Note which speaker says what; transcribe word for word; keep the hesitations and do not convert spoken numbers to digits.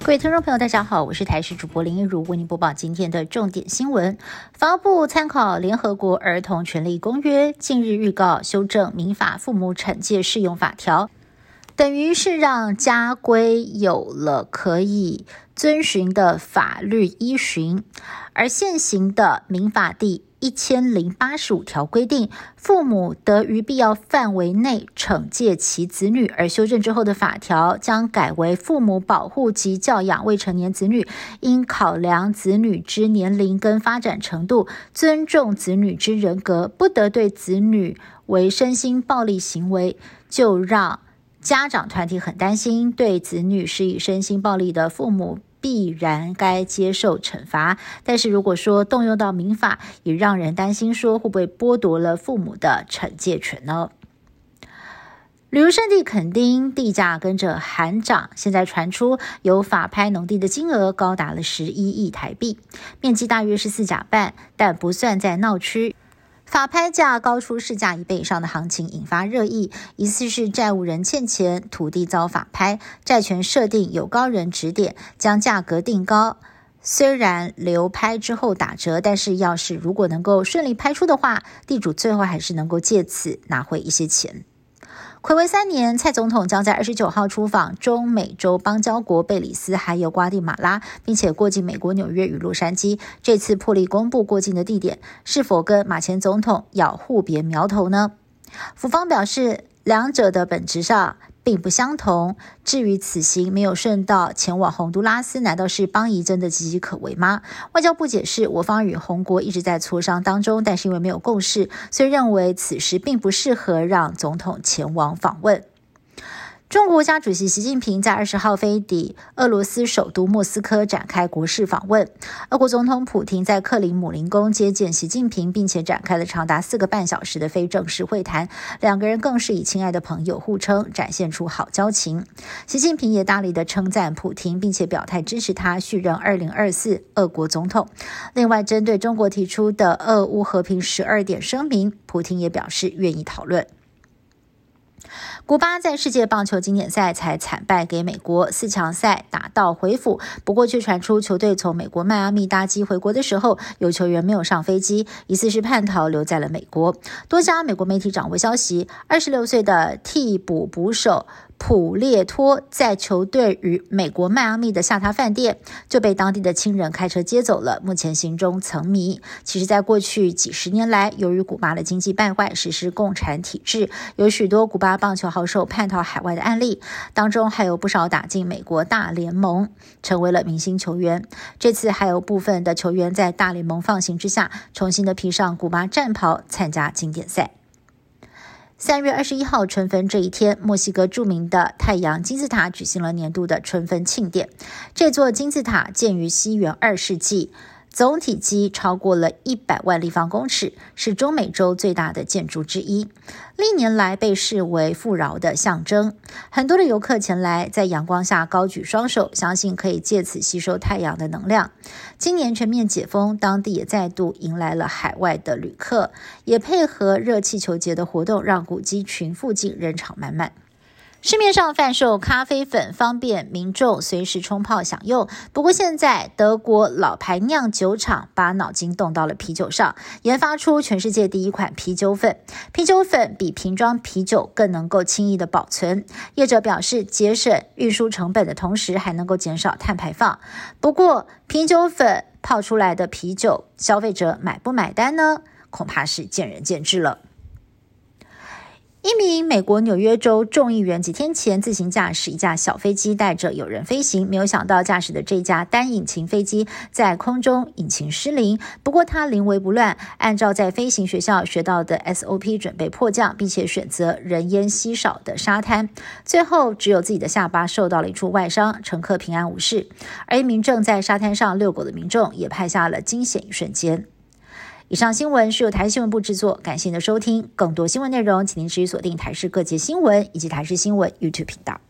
Speaker 1: 各位听众朋友大家好，我是台视主播林一如，为您播报今天的重点新闻。法务部参考联合国儿童权利公约，近日预告修正民法父母惩戒适用法条，等于是让家规有了可以遵循的法律依循。而现行的民法第一千零八十五条规定，父母得于必要范围内惩戒其子女，而修正之后的法条将改为父母保护及教养未成年子女，应考量子女之年龄跟发展程度，尊重子女之人格，不得对子女为身心暴力行为，就让家长团体很担心，对子女施以身心暴力的父母必然该接受惩罚。但是如果说动用到民法，也让人担心说会不会剥夺了父母的惩戒权呢？旅游胜地垦丁地价跟着喊涨，现在传出有法拍农地的金额高达了十一亿台币，面积大约是四甲半，但不算在闹区。法拍价高出市价一倍以上的行情引发热议，疑似是债务人欠钱，土地遭法拍，债权设定有高人指点，将价格定高。虽然流拍之后打折，但是要是如果能够顺利拍出的话，地主最后还是能够借此拿回一些钱。睽违三年，蔡总统将在二十九号出访中美洲邦交国贝里斯还有瓜地马拉，并且过境美国纽约与洛杉矶。这次破例公布过境的地点，是否跟马前总统咬互别苗头呢？府方表示，两者的本质上并不相同。至于此行没有顺道前往洪都拉斯，难道是邦谊真的岌岌可危吗？外交部解释，我方与洪国一直在磋商当中，但是因为没有共识，所以认为此时并不适合让总统前往访问。中国国家主席习近平在二十号飞抵俄罗斯首都莫斯科展开国事访问。俄国总统普亭在克林姆林宫接见习近平，并且展开了长达四个半小时的非正式会谈，两个人更是以亲爱的朋友互称，展现出好交情。习近平也大力的称赞普亭，并且表态支持他续任二零二四俄国总统。另外，针对中国提出的俄乌和平十二点声明，普亭也表示愿意讨论。古巴在世界棒球经典赛才惨败给美国，四强赛打道回府，不过却传出球队从美国迈阿密搭机回国的时候，有球员没有上飞机，疑似是叛逃留在了美国。多家美国媒体掌握消息，二十六岁的替补捕手普列托在球队与美国迈阿密的下榻饭店就被当地的亲人开车接走了，目前行踪曾谜。其实在过去几十年来，由于古巴的经济败坏，实施共产体制，有许多古巴棒球好手叛逃海外的案例，当中还有不少打进美国大联盟，成为了明星球员。这次还有部分的球员在大联盟放行之下，重新的披上古巴战袍参加经典赛。三月二十一号春分这一天，墨西哥著名的太阳金字塔举行了年度的春分庆典。这座金字塔建于西元二世纪，总体积超过了一百万立方公尺，是中美洲最大的建筑之一，历年来被视为富饶的象征。很多的游客前来，在阳光下高举双手，相信可以借此吸收太阳的能量。今年全面解封，当地也再度迎来了海外的旅客，也配合热气球节的活动，让古迹群附近人潮满满。市面上贩售咖啡粉，方便民众随时冲泡享用。不过现在德国老牌酿酒厂把脑筋动到了啤酒上，研发出全世界第一款啤酒粉。啤酒粉比瓶装啤酒更能够轻易的保存，业者表示节省运输成本的同时，还能够减少碳排放。不过啤酒粉泡出来的啤酒，消费者买不买单呢？恐怕是见仁见智了。一名美国纽约州众议员几天前自行驾驶一架小飞机带着友人飞行，没有想到驾驶的这架单引擎飞机在空中引擎失灵，不过他临危不乱，按照在飞行学校学到的 S O P 准备迫降，并且选择人烟稀少的沙滩，最后只有自己的下巴受到了一处外伤，乘客平安无事。而一名正在沙滩上遛狗的民众也拍下了惊险一瞬间。以上新闻是由台视新闻部制作，感谢您的收听。更多新闻内容，请您持续锁定台视各界新闻以及台视新闻 YouTube 频道。